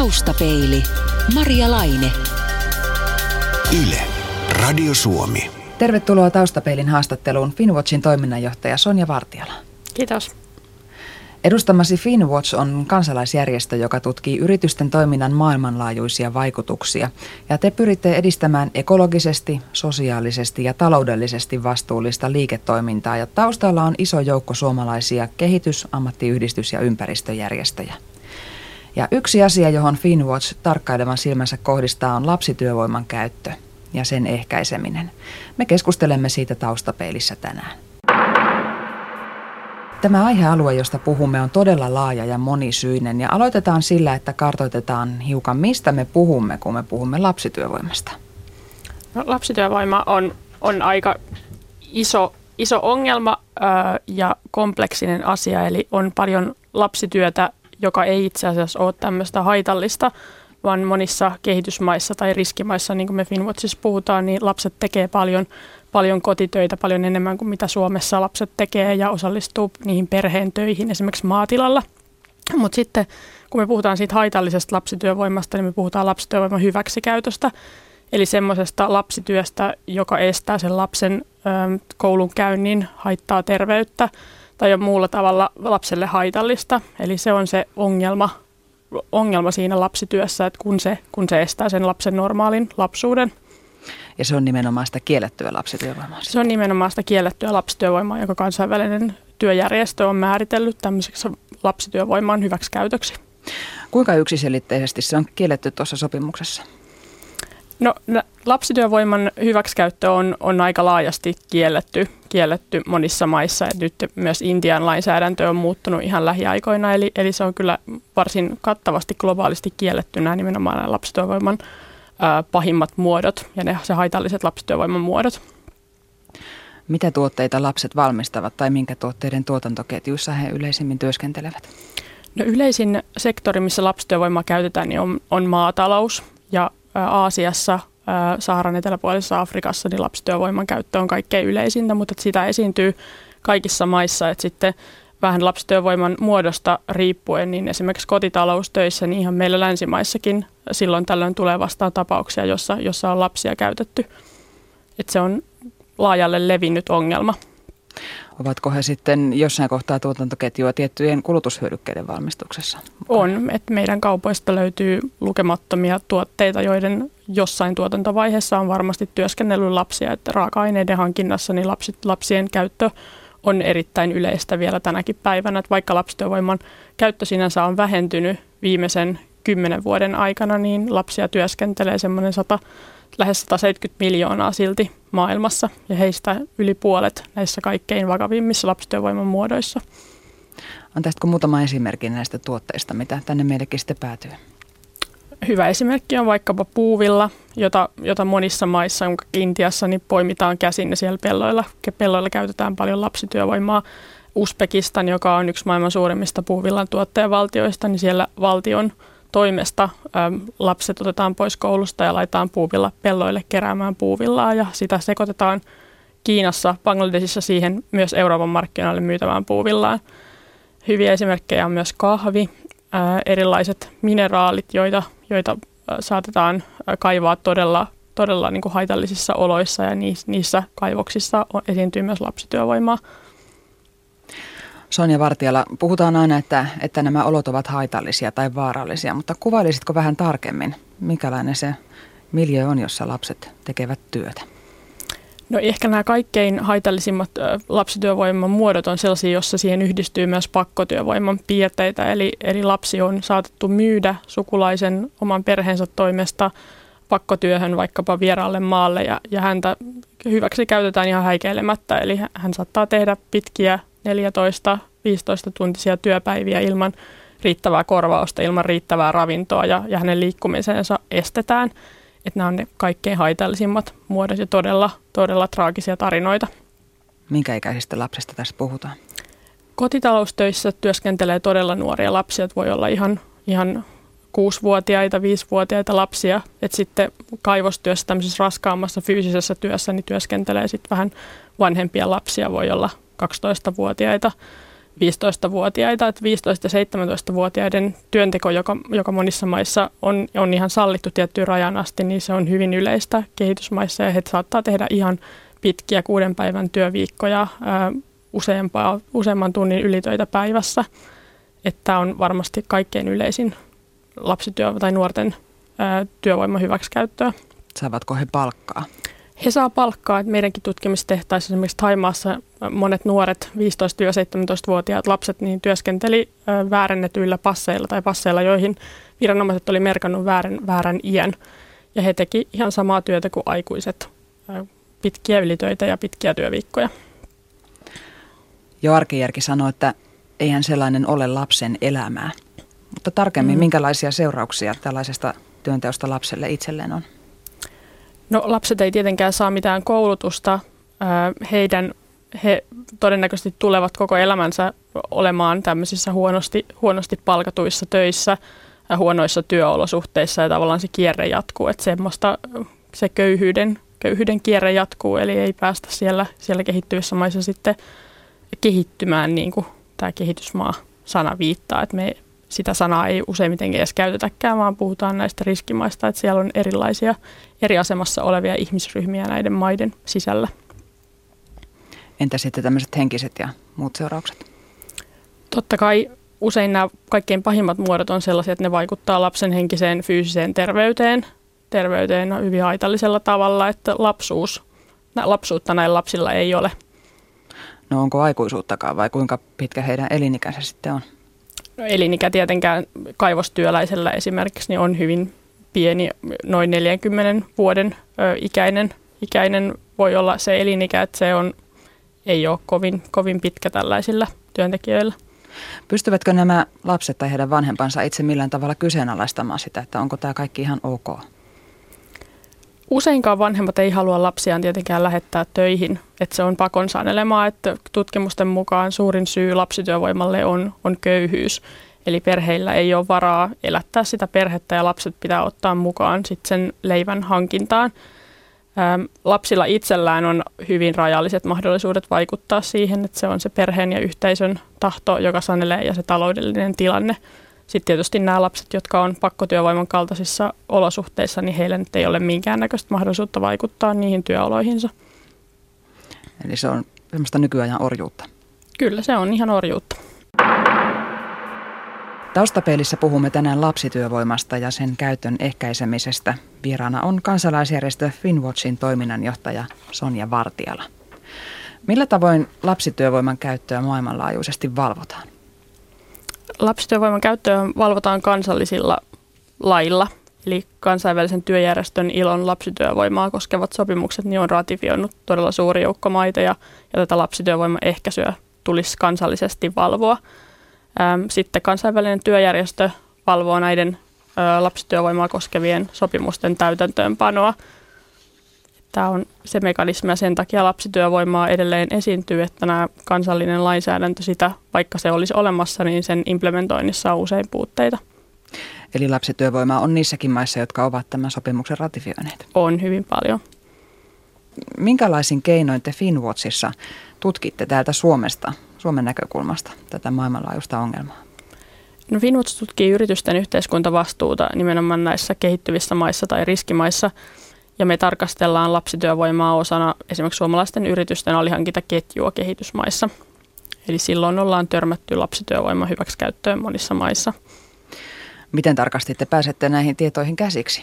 Taustapeili. Maria Laine. Yle. Radio Suomi. Tervetuloa Taustapeilin haastatteluun Finnwatchin toiminnanjohtaja Sonja Vartiala. Kiitos. Edustamasi Finnwatch on kansalaisjärjestö, joka tutkii yritysten toiminnan maailmanlaajuisia vaikutuksia. Ja te pyritte edistämään ekologisesti, sosiaalisesti ja taloudellisesti vastuullista liiketoimintaa. Ja taustalla on iso joukko suomalaisia kehitys-, ammattiyhdistys- ja ympäristöjärjestöjä. Ja yksi asia, johon Finnwatch tarkkailevan silmänsä kohdistaa, on lapsityövoiman käyttö ja sen ehkäiseminen. Me keskustelemme siitä Taustapeilissä tänään. Tämä aihealue, josta puhumme, on todella laaja ja monisyinen, ja aloitetaan sillä, että kartoitetaan hiukan, mistä me puhumme, kun me puhumme lapsityövoimasta. No, lapsityövoima on aika iso ongelma ja kompleksinen asia, eli on paljon lapsityötä, joka ei itse asiassa ole tämmöistä haitallista, vaan monissa kehitysmaissa tai riskimaissa, niin kuin me Finnwatchissa puhutaan, niin lapset tekee paljon kotitöitä, paljon enemmän kuin mitä Suomessa lapset tekee ja osallistuu niihin perheen töihin esimerkiksi maatilalla. Mutta sitten kun me puhutaan siitä haitallisesta lapsityövoimasta, niin me puhutaan lapsityövoiman hyväksikäytöstä, eli semmoisesta lapsityöstä, joka estää sen lapsen koulun käynnin, haittaa terveyttä tai on muulla tavalla lapselle haitallista. Eli se on se ongelma siinä lapsityössä, että kun se estää sen lapsen normaalin lapsuuden. Ja se on nimenomaan sitä kiellettyä lapsityövoimaa. Se on nimenomaan sitä kiellettyä lapsityövoimaa, joka kansainvälinen työjärjestö on määritellyt tämmöiseksi lapsityövoiman hyväksikäytöksi. Kuinka yksiselitteisesti se on kielletty tuossa sopimuksessa? No, lapsityövoiman hyväksikäyttö on aika laajasti kielletty monissa maissa. Et nyt myös Intian lainsäädäntö on muuttunut ihan lähiaikoina, eli se on kyllä varsin kattavasti globaalisti kielletty nämä nimenomaan lapsityövoiman pahimmat muodot ja se haitalliset lapsityövoiman muodot. Mitä tuotteita lapset valmistavat tai minkä tuotteiden tuotantoketjuissa he yleisimmin työskentelevät? No, yleisin sektori, missä lapsityövoimaa käytetään, niin on maatalous ja Aasiassa, Saharan eteläpuolisessa Afrikassa, niin lapsityövoiman käyttö on kaikkein yleisintä, mutta sitä esiintyy kaikissa maissa, että sitten vähän lapsityövoiman muodosta riippuen, niin esimerkiksi kotitaloustöissä, niin ihan meillä länsimaissakin silloin tällöin tulee vastaan tapauksia, jossa on lapsia käytetty. Että se on laajalle levinnyt ongelma. Ovatko he sitten jossain kohtaa tuotantoketjua tiettyjen kulutushyödykkeiden valmistuksessa? On, että meidän kaupoista löytyy lukemattomia tuotteita, joiden jossain tuotantovaiheessa on varmasti työskennellyt lapsia, että raaka-aineiden hankinnassa niin lapsien käyttö on erittäin yleistä vielä tänäkin päivänä, että vaikka lapsityövoiman käyttö sinänsä on vähentynyt viimeisen 10 vuoden aikana, niin lapsia työskentelee semmoinen lähes 170 miljoonaa silti maailmassa, ja heistä yli puolet näissä kaikkein vakavimmissa lapsityövoiman muodoissa. Antaisitko muutama esimerkki näistä tuotteista, mitä tänne meillekin sitten päätyy? Hyvä esimerkki on vaikkapa puuvilla, jota monissa maissa, Intiassa, niin poimitaan käsin ja siellä pelloilla käytetään paljon lapsityövoimaa. Uzbekistan, joka on yksi maailman suurimmista puuvillan tuottajavaltioista, niin siellä valtion toimesta lapset otetaan pois koulusta ja laitetaan puuvilla pelloille keräämään puuvillaa ja sitä sekoitetaan Kiinassa, Bangladesissa siihen myös Euroopan markkinoille myytävään puuvillaan. Hyviä esimerkkejä on myös kahvi, erilaiset mineraalit, joita saatetaan kaivaa todella niin kuin haitallisissa oloissa ja niissä kaivoksissa esiintyy myös lapsityövoimaa. Sonja Vartiala, puhutaan aina, että nämä olot ovat haitallisia tai vaarallisia, mutta kuvailisitko vähän tarkemmin, minkälainen se miljöö on, jossa lapset tekevät työtä? No ehkä nämä kaikkein haitallisimmat lapsityövoiman muodot on sellaisia, jossa siihen yhdistyy myös pakkotyövoiman piirteitä, eli lapsi on saatettu myydä sukulaisen oman perheensä toimesta pakkotyöhön vaikkapa vieraalle maalle ja häntä hyväksi käytetään ihan häikeilemättä, eli hän saattaa tehdä pitkiä 14-15-tuntisia työpäiviä ilman riittävää korvausta, ilman riittävää ravintoa ja hänen liikkumisensa estetään. Että nämä on ne kaikkein haitallisimmat muodot ja todella traagisia tarinoita. Minkä ikäisistä lapsista tässä puhutaan? Kotitaloustöissä työskentelee todella nuoria lapsia, että voi olla ihan 6-vuotiaita, 5-vuotiaita lapsia. Että sitten kaivostyössä, tämmöisessä raskaammassa fyysisessä työssä, niin työskentelee sitten vähän vanhempia lapsia, voi olla 12-vuotiaita 15-vuotiaita, että 15- ja 17-vuotiaiden työnteko, joka monissa maissa on ihan sallittu tiettyyn rajan asti, niin se on hyvin yleistä kehitysmaissa ja he saattaa tehdä ihan pitkiä 6 päivän työviikkoja, useamman tunnin ylitöitä päivässä. Että on varmasti kaikkein yleisin lapsityö tai nuorten työvoiman hyväksikäyttöä. Saavatko he palkkaa? He saa palkkaa. Että meidänkin tutkimustehtaissa esimerkiksi Thaimaassa monet nuoret 15-17-vuotiaat lapset niin työskenteli väärennetyillä passeilla tai passeilla, joihin viranomaiset oli merkannut väärän iän. Ja he teki ihan samaa työtä kuin aikuiset, pitkiä ylitöitä ja pitkiä työviikkoja. Jo arkijärki sanoo, että eihän sellainen ole lapsen elämää. Mutta tarkemmin, minkälaisia seurauksia tällaisesta työnteosta lapselle itselleen on? No lapset ei tietenkään saa mitään koulutusta. He todennäköisesti tulevat koko elämänsä olemaan tämmöisissä huonosti palkatuissa töissä, huonoissa työolosuhteissa ja tavallaan se kierre jatkuu. Että se köyhyyden kierre jatkuu, eli ei päästä siellä kehittyvissä maissa sitten kehittymään niin kuin tämä kehitysmaa-sana viittaa, että sitä sanaa ei useimmiten edes käytetäkään, vaan puhutaan näistä riskimaista, että siellä on erilaisia eri asemassa olevia ihmisryhmiä näiden maiden sisällä. Entä sitten tämmöiset henkiset ja muut seuraukset? Totta kai usein nämä kaikkein pahimmat muodot on sellaisia, että ne vaikuttaa lapsen henkiseen fyysiseen terveyteen hyvin haitallisella tavalla, että lapsuutta näillä lapsilla ei ole. No onko aikuisuuttakaan vai kuinka pitkä heidän elinikänsä sitten on? No elinikä tietenkään kaivostyöläisellä esimerkiksi niin on hyvin pieni, noin 40 vuoden ikäinen voi olla se elinikä, että ei ole kovin pitkä tällaisilla työntekijöillä. Pystyvätkö nämä lapset tai heidän vanhempansa itse millään tavalla kyseenalaistamaan sitä, että onko tämä kaikki ihan ok? Useinkaan vanhemmat ei halua lapsiaan tietenkään lähettää töihin, että se on pakon sanelemaa, että tutkimusten mukaan suurin syy lapsityövoimalle on köyhyys. Eli perheillä ei ole varaa elättää sitä perhettä ja lapset pitää ottaa mukaan sitten sen leivän hankintaan. Lapsilla itsellään on hyvin rajalliset mahdollisuudet vaikuttaa siihen, että se on se perheen ja yhteisön tahto, joka sanelee ja se taloudellinen tilanne. Sitten tietysti nämä lapset, jotka on pakkotyövoiman kaltaisissa olosuhteissa, niin heillä nyt ei ole minkäännäköistä mahdollisuutta vaikuttaa niihin työoloihinsa. Eli se on semmoista nykyajan orjuutta. Kyllä, se on ihan orjuutta. Taustapeilissä puhumme tänään lapsityövoimasta ja sen käytön ehkäisemisestä. Vieraana on kansalaisjärjestö Finnwatchin toiminnanjohtaja Sonja Vartiala. Millä tavoin lapsityövoiman käyttöä maailmanlaajuisesti valvotaan? Lapsityövoiman käyttöä valvotaan kansallisilla lailla, eli kansainvälisen työjärjestön ILOn lapsityövoimaa koskevat sopimukset niin on ratifioinut todella suuri joukko maita ja tätä lapsityövoiman ehkäisyä tulisi kansallisesti valvoa. Sitten kansainvälinen työjärjestö valvoo näiden lapsityövoimaa koskevien sopimusten täytäntöönpanoa. Tämä on se mekanismi ja sen takia lapsityövoimaa edelleen esiintyy, että nämä kansallinen lainsäädäntö sitä, vaikka se olisi olemassa, niin sen implementoinnissa on usein puutteita. Eli lapsityövoimaa on niissäkin maissa, jotka ovat tämän sopimuksen ratifioineet? On hyvin paljon. Minkälaisin keinoin te Finnwatchissa tutkitte täältä Suomen näkökulmasta tätä maailmanlaajuista ongelmaa? No Finnwatch tutkii yritysten yhteiskuntavastuuta nimenomaan näissä kehittyvissä maissa tai riskimaissa. Ja me tarkastellaan lapsityövoimaa osana esimerkiksi suomalaisten yritysten alihankintaketjua kehitysmaissa. Eli silloin ollaan törmätty lapsityövoiman hyväksikäyttöön monissa maissa. Miten tarkasti te pääsette näihin tietoihin käsiksi?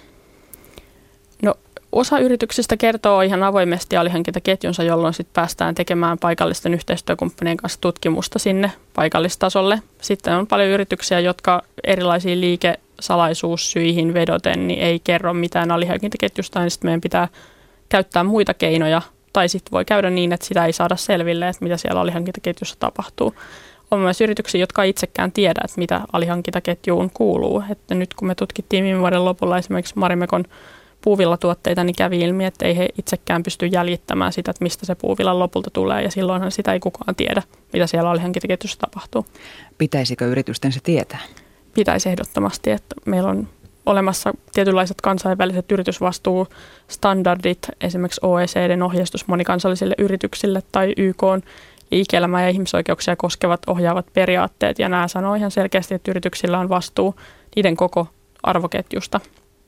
No osa yrityksistä kertoo ihan avoimesti alihankintaketjunsa, jolloin sitten päästään tekemään paikallisten yhteistyökumppanien kanssa tutkimusta sinne paikallistasolle. Sitten on paljon yrityksiä, jotka erilaisiin liikesalaisuussyihin vedoten niin ei kerro mitään alihankintaketjusta, niin sitten meidän pitää käyttää muita keinoja. Tai sitten voi käydä niin, että sitä ei saada selville, että mitä siellä alihankintaketjussa tapahtuu. On myös yrityksiä, jotka ei itsekään tiedä, että mitä alihankintaketjuun kuuluu. Että nyt kun me tutkittiin viime vuoden lopulla esimerkiksi Marimekon puuvillatuotteita, niin kävi ilmi, että ei he itsekään pysty jäljittämään sitä, että mistä se puuvillan lopulta tulee. Ja silloinhan sitä ei kukaan tiedä, mitä siellä alihankintaketjussa tapahtuu. Pitäisikö yritysten se tietää? Pitäisi ehdottomasti, että meillä on olemassa tietynlaiset kansainväliset yritysvastuustandardit, esimerkiksi OECD:n ohjeistus monikansallisille yrityksille tai YK:n liike-elämää ja ihmisoikeuksia koskevat ohjaavat periaatteet. Ja nämä sanoo ihan selkeästi, että yrityksillä on vastuu niiden koko arvoketjusta.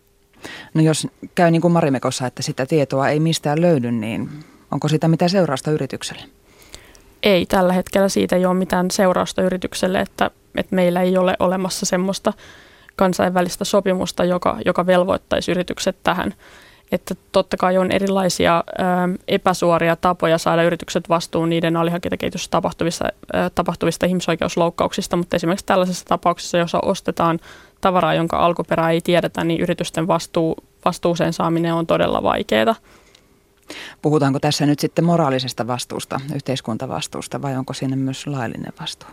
No jos käy niin kuin Marimekossa, että sitä tietoa ei mistään löydy, niin onko siitä mitään seurausta yritykselle? Ei, tällä hetkellä siitä ei ole mitään seurausta yritykselle, että meillä ei ole olemassa semmoista kansainvälistä sopimusta, joka velvoittaisi yritykset tähän. Että totta kai on erilaisia epäsuoria tapoja saada yritykset vastuun niiden alihankintaketjussa tapahtuvista ihmisoikeusloukkauksista, mutta esimerkiksi tällaisessa tapauksessa, jossa ostetaan tavaraa, jonka alkuperää ei tiedetä, niin yritysten vastuuseen saaminen on todella vaikeaa. Puhutaanko tässä nyt sitten moraalisesta vastuusta, yhteiskuntavastuusta vai onko siinä myös laillinen vastuu?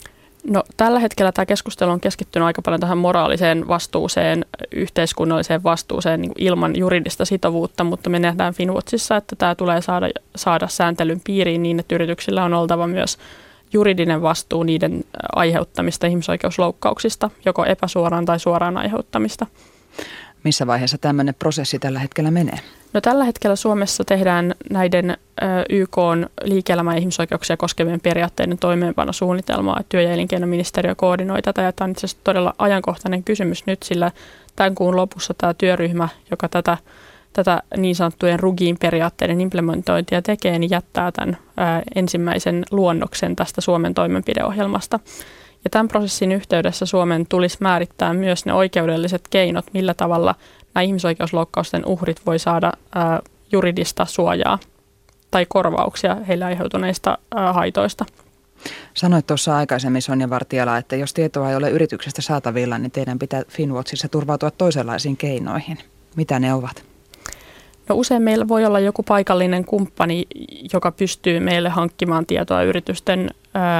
No, tällä hetkellä tämä keskustelu on keskittynyt aika paljon tähän moraaliseen vastuuseen, yhteiskunnalliseen vastuuseen niin ilman juridista sitovuutta, mutta me nähdään Finnwatchissa, että tämä tulee saada sääntelyn piiriin niin, että yrityksillä on oltava myös juridinen vastuu niiden aiheuttamista ihmisoikeusloukkauksista, joko epäsuoraan tai suoraan aiheuttamista. Missä vaiheessa tämmöinen prosessi tällä hetkellä menee? No, tällä hetkellä Suomessa tehdään näiden YK:n liike-elämän ja ihmisoikeuksia koskevien periaatteiden toimeenpanosuunnitelmaa. Työ- ja elinkeinoministeriö koordinoi tätä ja tämä on itse asiassa todella ajankohtainen kysymys nyt, sillä tämän kuun lopussa tämä työryhmä, joka tätä niin sanottujen RUGin periaatteiden implementointia tekee, niin jättää tämän ensimmäisen luonnoksen tästä Suomen toimenpideohjelmasta. Ja tämän prosessin yhteydessä Suomen tulisi määrittää myös ne oikeudelliset keinot, millä tavalla nämä ihmisoikeusloukkausten uhrit voi saada juridista suojaa tai korvauksia heille aiheutuneista haitoista. Sanoit tuossa aikaisemmin, Sonja Vartiala, että jos tietoa ei ole yrityksestä saatavilla, niin teidän pitää Finnwatchissa turvautua toisenlaisiin keinoihin. Mitä ne ovat? No, usein meillä voi olla joku paikallinen kumppani, joka pystyy meille hankkimaan tietoa yritysten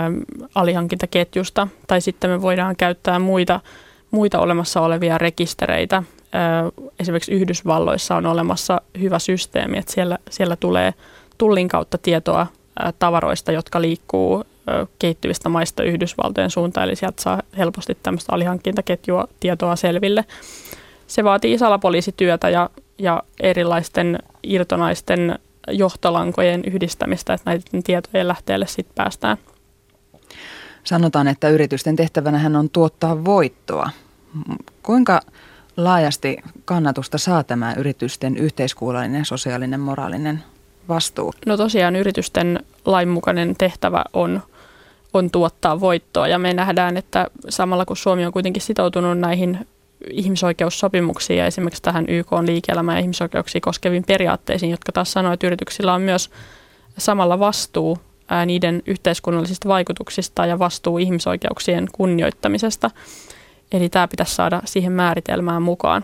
alihankintaketjusta, tai sitten me voidaan käyttää muita olemassa olevia rekistereitä. Esimerkiksi Yhdysvalloissa on olemassa hyvä systeemi, että siellä tulee tullin kautta tietoa tavaroista, jotka liikkuu kehittyvistä maista Yhdysvaltojen suuntaan, eli sieltä saa helposti tämmöistä alihankintaketjua tietoa selville. Se vaatii salapoliisityötä ja erilaisten irtonaisten johtolankojen yhdistämistä, että näiden tietojen lähteelle sitten päästään. Sanotaan, että yritysten tehtävänähän on tuottaa voittoa. Kuinka laajasti kannatusta saa tämä yritysten yhteiskunnallinen, sosiaalinen, moraalinen vastuu? No tosiaan yritysten lainmukainen tehtävä on tuottaa voittoa ja me nähdään, että samalla kun Suomi on kuitenkin sitoutunut näihin ihmisoikeussopimuksiin ja esimerkiksi tähän YK:n liike-elämää ja ihmisoikeuksia koskeviin periaatteisiin, jotka taas sanoo, että yrityksillä on myös samalla vastuu niiden yhteiskunnallisista vaikutuksista ja vastuu ihmisoikeuksien kunnioittamisesta. Eli tämä pitäisi saada siihen määritelmään mukaan.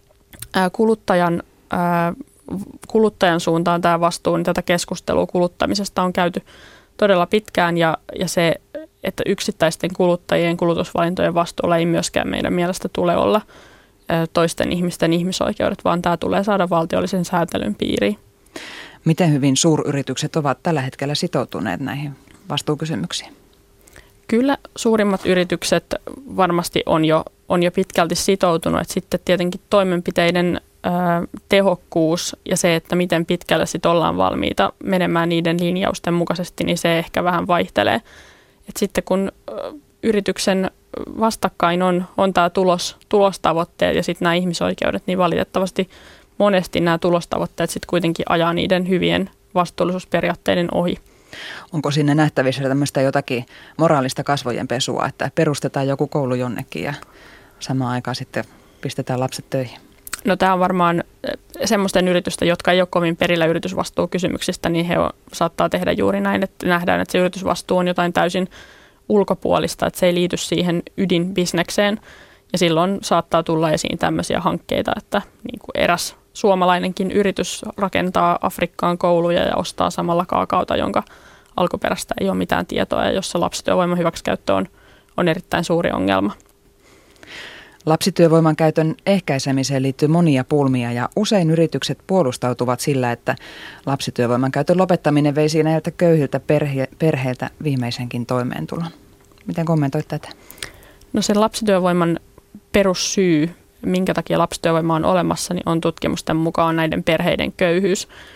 Kuluttajan suuntaan tämä vastuu, niin tätä keskustelua kuluttamisesta on käyty todella pitkään ja se, että yksittäisten kuluttajien kulutusvalintojen vastuulla ei myöskään meidän mielestä tule olla toisten ihmisten ihmisoikeudet, vaan tämä tulee saada valtiollisen säätelyn piiriin. Miten hyvin suuryritykset ovat tällä hetkellä sitoutuneet näihin vastuukysymyksiin? Kyllä suurimmat yritykset varmasti on jo pitkälti sitoutunut, että sitten tietenkin toimenpiteiden tehokkuus ja se, että miten pitkälle sitten ollaan valmiita menemään niiden linjausten mukaisesti, niin se ehkä vähän vaihtelee. Et sitten kun yrityksen vastakkain on tämä tulostavoitteet ja sitten nämä ihmisoikeudet, niin valitettavasti monesti nämä tulostavoitteet sitten kuitenkin ajaa niiden hyvien vastuullisuusperiaatteiden ohi. Onko sinne nähtävissä tämmöistä jotakin moraalista kasvojen pesua, että perustetaan joku koulu jonnekin ja samaan aikaan sitten pistetään lapset töihin? No tämä on varmaan semmoisten yritysten, jotka ei ole kovin perillä yritysvastuukysymyksistä, niin he saattaa tehdä juuri näin, että nähdään, että se yritysvastuu on jotain täysin ulkopuolista, että se ei liity siihen ydinbisnekseen. Ja silloin saattaa tulla esiin tämmöisiä hankkeita, että niin kuin eräs suomalainenkin yritys rakentaa Afrikkaan kouluja ja ostaa samalla kaakaota, jonka alkuperästä ei ole mitään tietoa ja jossa lapsityövoiman hyväksikäyttö on erittäin suuri ongelma. Lapsityövoiman käytön ehkäisemiseen liittyy monia pulmia ja usein yritykset puolustautuvat sillä, että lapsityövoiman käytön lopettaminen veisi näiltä köyhiltä perheiltä viimeisenkin toimeentulon. Miten kommentoit tätä? No sen lapsityövoiman perussyy, minkä takia lapsityövoima on olemassa, niin on tutkimusten mukaan näiden perheiden köyhyys.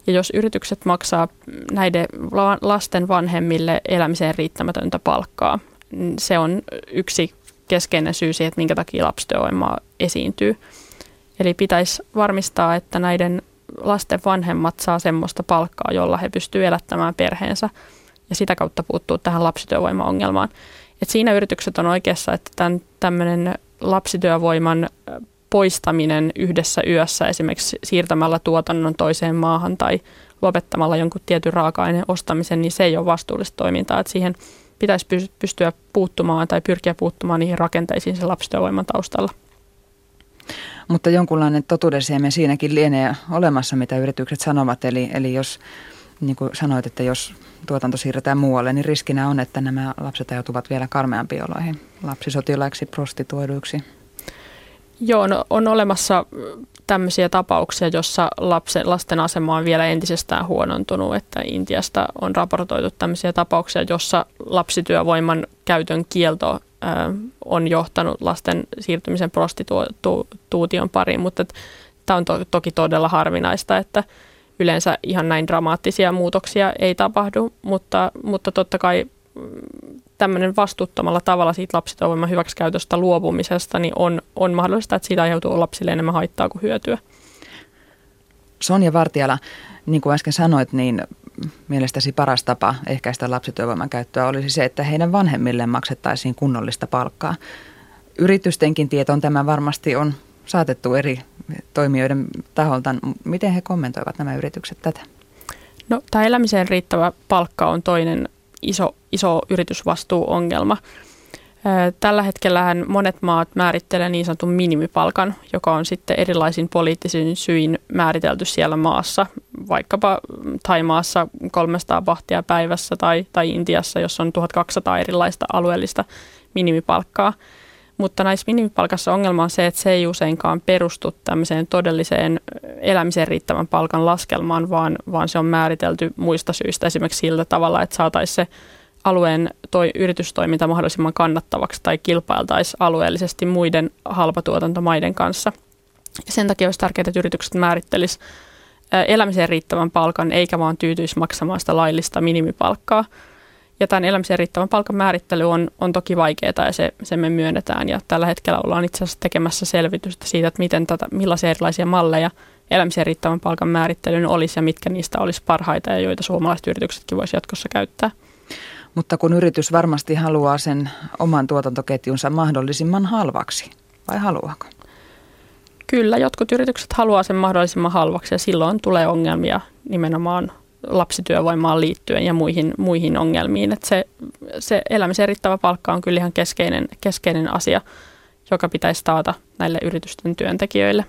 Ja jos yritykset maksaa näiden lasten vanhemmille elämiseen riittämätöntä palkkaa, se on yksi keskeinen syy siihen, että minkä takia lapsityövoimaa esiintyy. Eli pitäisi varmistaa, että näiden lasten vanhemmat saa semmoista palkkaa, jolla he pystyvät elättämään perheensä ja sitä kautta puuttuu tähän lapsityövoimaongelmaan. Et siinä yritykset on oikeassa, että tämmöinen lapsityövoiman poistaminen yhdessä yössä, esimerkiksi siirtämällä tuotannon toiseen maahan tai lopettamalla jonkun tietyn raaka-aineen ostamisen, niin se ei ole vastuullista toimintaa. Että siihen pitäisi pystyä puuttumaan tai pyrkiä puuttumaan niihin rakenteisiin sen lapsityövoiman taustalla. Mutta jonkunlainen totuudensiemen siinäkin lienee olemassa, mitä yritykset sanovat. Eli jos, niin kuin sanoit, että jos tuotanto siirretään muualle, niin riskinä on, että nämä lapset joutuvat vielä karmeampiin oloihin, lapsisotilaiksi, prostituoiduiksi. Joo, no, on olemassa tämmöisiä tapauksia, jossa lasten asema on vielä entisestään huonontunut, että Intiasta on raportoitu tämmöisiä tapauksia, jossa lapsityövoiman käytön kielto on johtanut lasten siirtymisen prostituution pariin, mutta tämä on toki todella harvinaista, että yleensä ihan näin dramaattisia muutoksia ei tapahdu, mutta totta kai tämmöinen vastuuttomalla tavalla siitä lapsityövoiman hyväksikäytöstä luopumisesta niin on mahdollista, että siitä aiheutuu lapsille enemmän haittaa kuin hyötyä. Sonja Vartiala, niin kuin äsken sanoit, niin mielestäsi paras tapa ehkäistä lapsityövoiman käyttöä olisi se, että heidän vanhemmilleen maksettaisiin kunnollista palkkaa. Yritystenkin tietoon tämä varmasti on saatettu eri toimijoiden taholta. Miten he kommentoivat nämä yritykset tätä? No, tämä elämiseen riittävä palkka on toinen iso yritysvastuuongelma. Tällä hetkellähän monet maat määrittelee niin sanotun minimipalkan, joka on sitten erilaisin poliittisin syin määritelty siellä maassa. Vaikkapa Thaimaassa 300 bahtia päivässä tai Intiassa, jossa on 1200 erilaista alueellista minimipalkkaa. Mutta näissä minimipalkassa ongelma on se, että se ei useinkaan perustu tämmöiseen todelliseen elämiseen riittävän palkan laskelmaan, vaan se on määritelty muista syistä. Esimerkiksi sillä tavalla, että saataisiin se alueen yritystoiminta mahdollisimman kannattavaksi tai kilpailtaisiin alueellisesti muiden halpatuotantomaiden kanssa. Ja sen takia olisi tärkeää, että yritykset määrittelisivät elämiseen riittävän palkan, eikä vaan tyytyisi maksamaan sitä laillista minimipalkkaa. Ja tämän elämiseen riittävän palkan määrittely on toki vaikeaa ja se me myönnetään. Ja tällä hetkellä ollaan itse asiassa tekemässä selvitystä siitä, että millaisia erilaisia malleja elämiseen riittävän palkan määrittelyyn olisi ja mitkä niistä olisi parhaita ja joita suomalaiset yrityksetkin voisi jatkossa käyttää. Mutta kun yritys varmasti haluaa sen oman tuotantoketjunsa mahdollisimman halvaksi, vai haluaako? Kyllä, jotkut yritykset haluaa sen mahdollisimman halvaksi ja silloin tulee ongelmia nimenomaan lapsityövoimaan liittyen ja muihin ongelmiin. Että se elämiseen riittävä palkka on kyllä ihan keskeinen asia, joka pitäisi taata näille yritysten työntekijöille.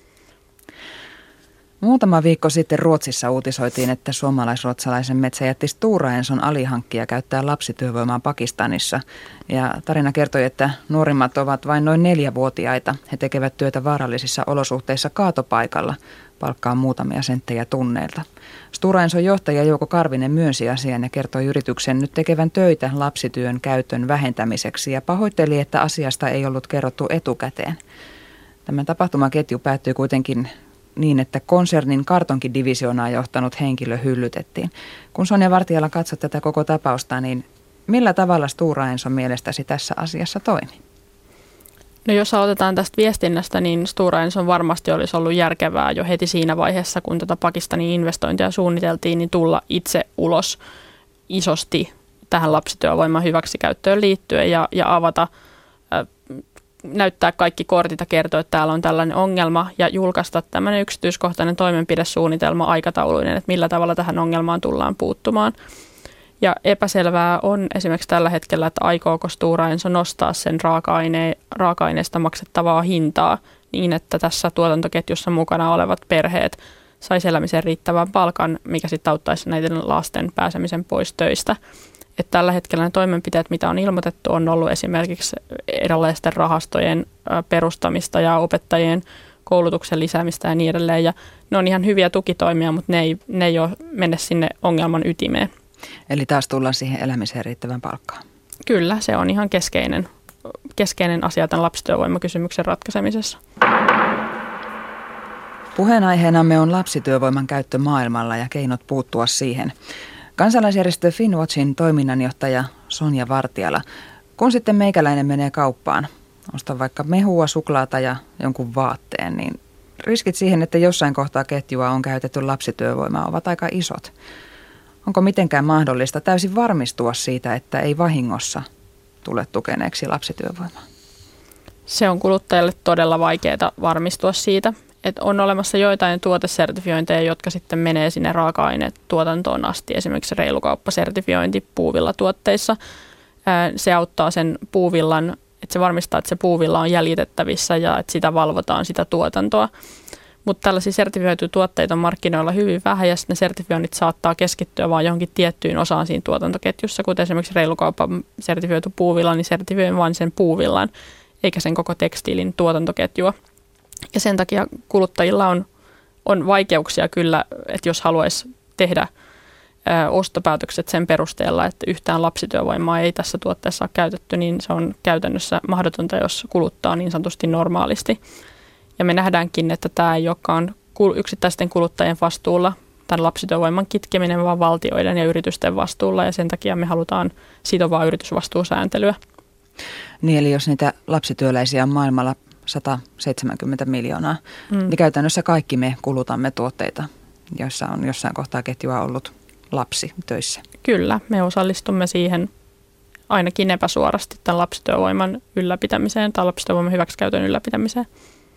Muutama viikko sitten Ruotsissa uutisoitiin, että suomalais-ruotsalaisen metsäjätti Stora Enson alihankkija käyttää lapsityövoimaa Pakistanissa. Ja tarina kertoi, että nuorimmat ovat vain noin 4-vuotiaita. He tekevät työtä vaarallisissa olosuhteissa kaatopaikalla. Palkka on muutamia senttejä tunneilta. Stora Enson johtaja Jouko Karvinen myönsi asian ja kertoi yrityksen nyt tekevän töitä lapsityön käytön vähentämiseksi ja pahoitteli, että asiasta ei ollut kerrottu etukäteen. Tämä tapahtumaketju päättyi kuitenkin niin, että konsernin kartonkidivisioonaa johtanut henkilö hyllytettiin. Kun Sonja Vartiala katsoi tätä koko tapausta, niin millä tavalla Stora Enson mielestäsi tässä asiassa toimi? No jos aloitetaan tästä viestinnästä, niin Stora Enson varmasti olisi ollut järkevää jo heti siinä vaiheessa, kun tätä Pakistanin investointia suunniteltiin, niin tulla itse ulos isosti tähän lapsityövoiman hyväksikäyttöön liittyen ja avata, näyttää kaikki kortit ja kertoa, että täällä on tällainen ongelma ja julkaista tämmöinen yksityiskohtainen toimenpidesuunnitelma aikatauluinen, että millä tavalla tähän ongelmaan tullaan puuttumaan. Ja epäselvää on esimerkiksi tällä hetkellä, että aikooko Stora Enso nostaa sen raaka-aineesta maksettavaa hintaa niin, että tässä tuotantoketjussa mukana olevat perheet saisi elämiseen riittävän palkan, mikä sitten auttaisi näiden lasten pääsemisen pois töistä. Että tällä hetkellä ne toimenpiteet, mitä on ilmoitettu, on ollut esimerkiksi erilaisten rahastojen perustamista ja opettajien koulutuksen lisäämistä ja niin edelleen. Ja ne on ihan hyviä tukitoimia, mutta ne ei ole mene sinne ongelman ytimeen. Eli taas tullaan siihen elämiseen riittävän palkkaan. Kyllä, se on ihan keskeinen asia tämän lapsityövoimakysymyksen ratkaisemisessa. Puheenaiheenamme on lapsityövoiman käyttö maailmalla ja keinot puuttua siihen. Kansalaisjärjestö Finnwatchin toiminnanjohtaja Sonja Vartiala. Kun sitten meikäläinen menee kauppaan, ostan vaikka mehua, suklaata ja jonkun vaatteen, niin riskit siihen, että jossain kohtaa ketjua on käytetty lapsityövoimaa, ovat aika isot. Onko mitenkään mahdollista täysin varmistua siitä, että ei vahingossa tule tukeneeksi lapsityövoimaa? Se on kuluttajalle todella vaikeaa varmistua siitä, että on olemassa joitain tuotesertifiointeja, jotka sitten menee sinne raaka-ainetuotantoon asti. Esimerkiksi reilukauppasertifiointi puuvillatuotteissa. Se auttaa sen puuvillan, että se varmistaa, että se puuvilla on jäljitettävissä ja että sitä valvotaan, sitä tuotantoa. Mutta tällaisia sertifioituja tuotteita on markkinoilla hyvin vähän ja ne sertifioinnit saattaa keskittyä vain johonkin tiettyyn osaan siinä tuotantoketjussa, kuten esimerkiksi reilukauppan sertifioitu puuvilla, niin sertifioi vain sen puuvillan eikä sen koko tekstiilin tuotantoketjua. Ja sen takia kuluttajilla on vaikeuksia kyllä, että jos haluaisi tehdä ostopäätökset sen perusteella, että yhtään lapsityövoimaa ei tässä tuotteessa ole käytetty, niin se on käytännössä mahdotonta, jos kuluttaa niin sanotusti normaalisti. Ja me nähdäänkin, että tämä ei olekaan yksittäisten kuluttajien vastuulla, tämän lapsityövoiman kitkeminen, vaan valtioiden ja yritysten vastuulla, ja sen takia me halutaan sitovaa yritysvastuusääntelyä. Niin, eli jos niitä lapsityöläisiä on maailmalla 170 miljoonaa, niin käytännössä kaikki me kulutamme tuotteita, joissa on jossain kohtaa ketjua ollut lapsi töissä. Kyllä, me osallistumme siihen ainakin epäsuorasti tämän lapsityövoiman ylläpitämiseen tai lapsityövoiman hyväksikäytön ylläpitämiseen.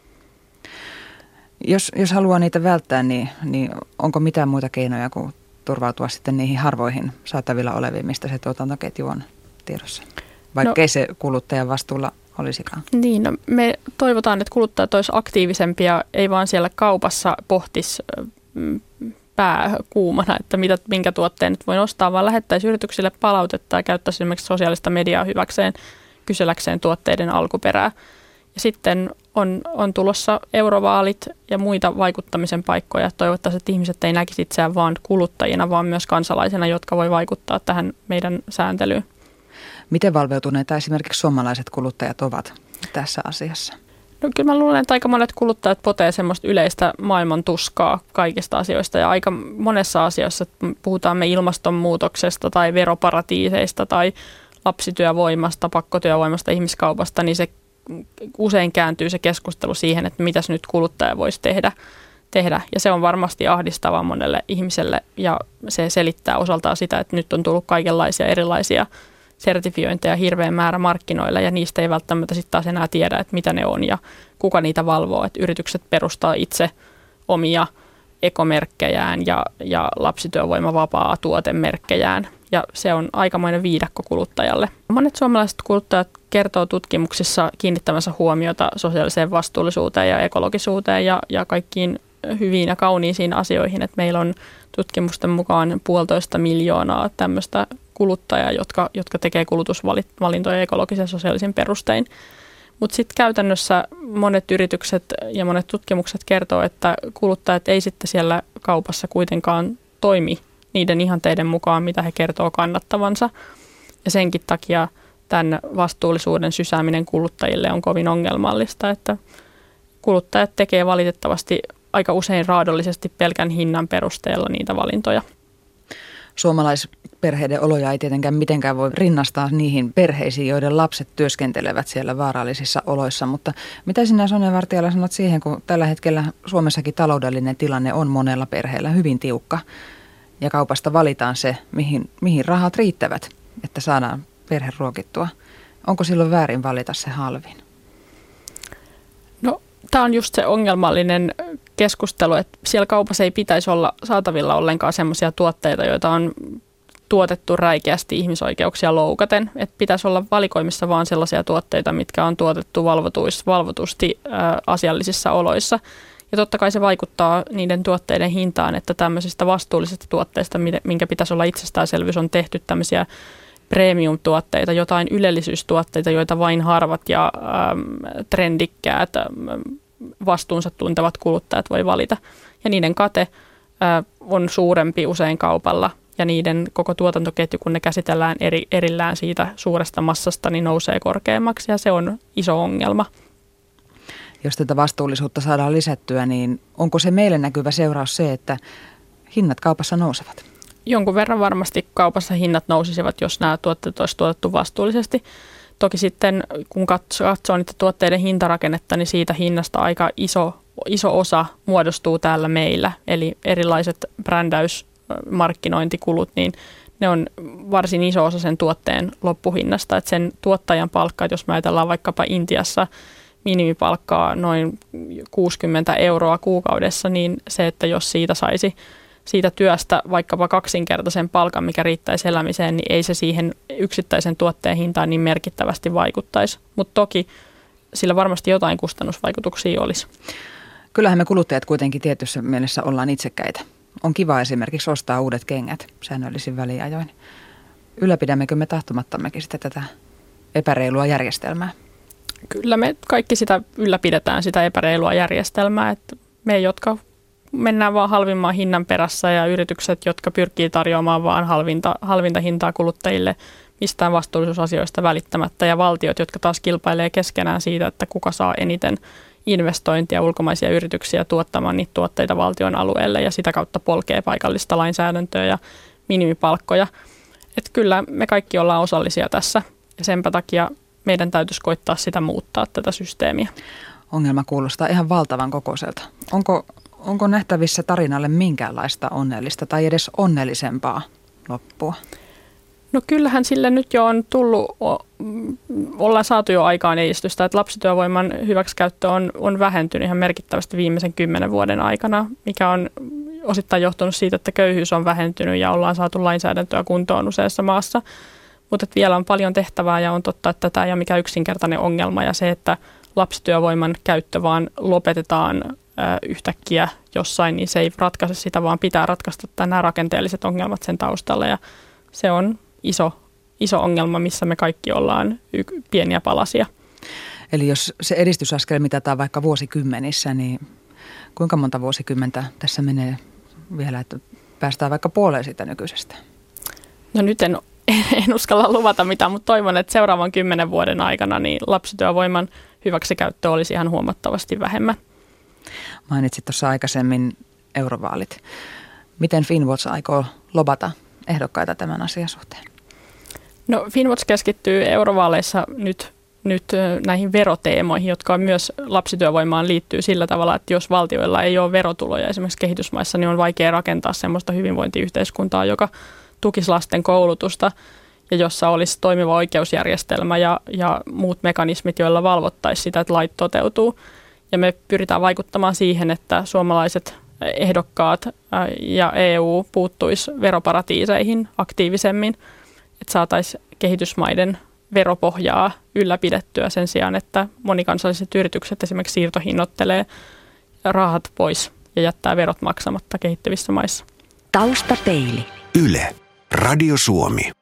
Jos haluaa niitä välttää, niin onko mitään muita keinoja kuin turvautua sitten niihin harvoihin saatavilla oleviin, mistä se tuotantoketju on tiedossa? Vaikkei se kuluttajan vastuulla olisikaan. Niin, no me toivotaan, että kuluttajat olisivat aktiivisempia, ei vaan siellä kaupassa pohtisi pää kuumana, että minkä tuotteen nyt voi ostaa, vaan lähettäisi yrityksille palautetta ja käyttäisi esimerkiksi sosiaalista mediaa hyväkseen kyselläkseen tuotteiden alkuperää. Ja sitten on tulossa eurovaalit ja muita vaikuttamisen paikkoja. Toivottavasti, että ihmiset ei näkisi itseään vaan kuluttajina, vaan myös kansalaisina, jotka voi vaikuttaa tähän meidän sääntelyyn. Miten valveutuneita esimerkiksi suomalaiset kuluttajat ovat tässä asiassa? No kyllä mä luulen, että aika monet kuluttajat potee semmoista yleistä maailman tuskaa kaikista asioista. Ja aika monessa asiassa, puhutaan me ilmastonmuutoksesta tai veroparatiiseista tai lapsityövoimasta, pakkotyövoimasta, ihmiskaupasta, niin se usein kääntyy se keskustelu siihen, että mitäs nyt kuluttaja voisi tehdä. Ja se on varmasti ahdistavaa monelle ihmiselle ja se selittää osaltaan sitä, että nyt on tullut kaikenlaisia erilaisia sertifiointeja hirveän määrä markkinoilla ja niistä ei välttämättä sitten taas enää tiedä, että mitä ne on ja kuka niitä valvoo. Että yritykset perustaa itse omia ekomerkkejään ja lapsityövoimavapaa tuotemerkkejään ja se on aikamoinen viidakko kuluttajalle. Monet suomalaiset kuluttajat kertoo tutkimuksissa kiinnittämänsä huomiota sosiaaliseen vastuullisuuteen ja ekologisuuteen ja kaikkiin hyviin ja kauniisiin asioihin, että meillä on tutkimusten mukaan 1,5 miljoonaa tämmöistä kuluttajaa, jotka tekee kulutusvalintoja ekologisen ja sosiaalisin perustein. Mutta sitten käytännössä monet yritykset ja monet tutkimukset kertoo, että kuluttajat ei sitten siellä kaupassa kuitenkaan toimi niiden ihanteiden mukaan, mitä he kertoo kannattavansa. Ja senkin takia tämän vastuullisuuden sysääminen kuluttajille on kovin ongelmallista, että kuluttajat tekee valitettavasti aika usein raadollisesti pelkän hinnan perusteella niitä valintoja. Suomalaisperheiden oloja ei tietenkään mitenkään voi rinnastaa niihin perheisiin, joiden lapset työskentelevät siellä vaarallisissa oloissa. Mutta mitä sinä, Sonja Vartiala, sanot siihen, kun tällä hetkellä Suomessakin taloudellinen tilanne on monella perheellä hyvin tiukka ja kaupasta valitaan se, mihin rahat riittävät, että saadaan perhe ruokittua. Onko silloin väärin valita se halvin? No, tämä on just se ongelmallinen keskustelu, että siellä kaupassa ei pitäisi olla saatavilla ollenkaan sellaisia tuotteita, joita on tuotettu räikeästi ihmisoikeuksia loukaten. Että pitäisi olla valikoimissa vaan sellaisia tuotteita, mitkä on tuotettu valvotusti asiallisissa oloissa. Ja totta kai se vaikuttaa niiden tuotteiden hintaan, että tämmöisistä vastuullisista tuotteista, minkä pitäisi olla itsestäänselvyys, on tehty tämmöisiä premium-tuotteita, jotain ylellisyystuotteita, joita vain harvat ja trendikkäät vastuunsa tuntevat kuluttajat voi valita. Ja niiden kate on suurempi usein kaupalla ja niiden koko tuotantoketju, kun ne käsitellään erillään siitä suuresta massasta, niin nousee korkeammaksi ja se on iso ongelma. jos tätä vastuullisuutta saadaan lisättyä, niin onko se meille näkyvä seuraus se, että hinnat kaupassa nousevat? Jonkun verran varmasti kaupassa hinnat nousisivat, jos nämä tuotteet olisi tuotettu vastuullisesti. Toki sitten, kun katsoo niitä tuotteiden hintarakennetta, niin siitä hinnasta aika iso osa muodostuu täällä meillä. Eli erilaiset brändäysmarkkinointikulut, niin ne on varsin iso osa sen tuotteen loppuhinnasta. Että sen tuottajan palkka, että jos me ajatellaan vaikkapa Intiassa minimipalkkaa noin 60 € kuukaudessa, niin se, että jos siitä saisi siitä työstä vaikkapa kaksinkertaisen palkan, mikä riittäisi elämiseen, niin ei se siihen yksittäisen tuotteen hintaan niin merkittävästi vaikuttaisi. Mutta toki sillä varmasti jotain kustannusvaikutuksia olisi. Kyllähän me kuluttajat kuitenkin tietyssä mielessä ollaan itsekkäitä. On kiva esimerkiksi ostaa uudet kengät säännöllisin väliajoin. Ylläpidämmekö me tahtomattammekin sitten tätä epäreilua järjestelmää? Kyllä me kaikki sitä ylläpidetään, sitä epäreilua järjestelmää. Että me, jotka mennään vaan halvimman hinnan perässä ja yritykset, jotka pyrkii tarjoamaan vaan halvinta hintaa kuluttajille mistään vastuullisuusasioista välittämättä ja valtiot, jotka taas kilpailee keskenään siitä, että kuka saa eniten investointia ulkomaisia yrityksiä tuottamaan niitä tuotteita valtion alueelle ja sitä kautta polkee paikallista lainsäädäntöä ja minimipalkkoja. Että kyllä me kaikki ollaan osallisia tässä ja senpä takia meidän täytyisi koittaa sitä muuttaa tätä systeemiä. Ongelma kuulostaa ihan valtavan kokoiselta. Onko nähtävissä tarinalle minkäänlaista onnellista tai edes onnellisempaa loppua? No kyllähän sille nyt jo on tullut, ollaan saatu jo aikaan edistystä, että lapsityövoiman hyväksikäyttö on vähentynyt ihan merkittävästi viimeisen 10 vuoden aikana, mikä on osittain johtunut siitä, että köyhyys on vähentynyt ja ollaan saatu lainsäädäntöä kuntoon useassa maassa. Mutta vielä on paljon tehtävää ja on totta, että tämä ei ole mikään yksinkertainen ongelma ja se, että lapsityövoiman käyttö vaan lopetetaan yhtäkkiä jossain, niin se ei ratkaise sitä, vaan pitää ratkaista nämä rakenteelliset ongelmat sen taustalla ja se on iso ongelma, missä me kaikki ollaan pieniä palasia. Eli jos se edistysaskel mitataan vaikka vuosikymmenissä, niin kuinka monta vuosikymmentä tässä menee vielä, että päästään vaikka puoleen siitä nykyisestä? No nyt en uskalla luvata mitään, mutta toivon, että seuraavan 10 vuoden aikana niin lapsityövoiman hyväksikäyttö olisi ihan huomattavasti vähemmän. Mainitsit tuossa aikaisemmin eurovaalit. Miten Finnwatch aikoo lobata ehdokkaita tämän asian suhteen? No Finnwatch keskittyy eurovaaleissa nyt näihin veroteemoihin, jotka myös lapsityövoimaan liittyy sillä tavalla, että jos valtioilla ei ole verotuloja esimerkiksi kehitysmaissa, niin on vaikea rakentaa sellaista hyvinvointiyhteiskuntaa, joka tukisi lasten koulutusta ja jossa olisi toimiva oikeusjärjestelmä ja muut mekanismit, joilla valvottaisiin sitä, että lait toteutuu. Ja me pyritään vaikuttamaan siihen, että suomalaiset ehdokkaat ja EU puuttuisi veroparatiiseihin aktiivisemmin, että saataisiin kehitysmaiden veropohjaa ylläpidettyä sen sijaan, että monikansalliset yritykset esimerkiksi siirtohinnoittelee rahat pois ja jättää verot maksamatta kehittyvissä maissa. Taustapeili. Yle. Radio Suomi.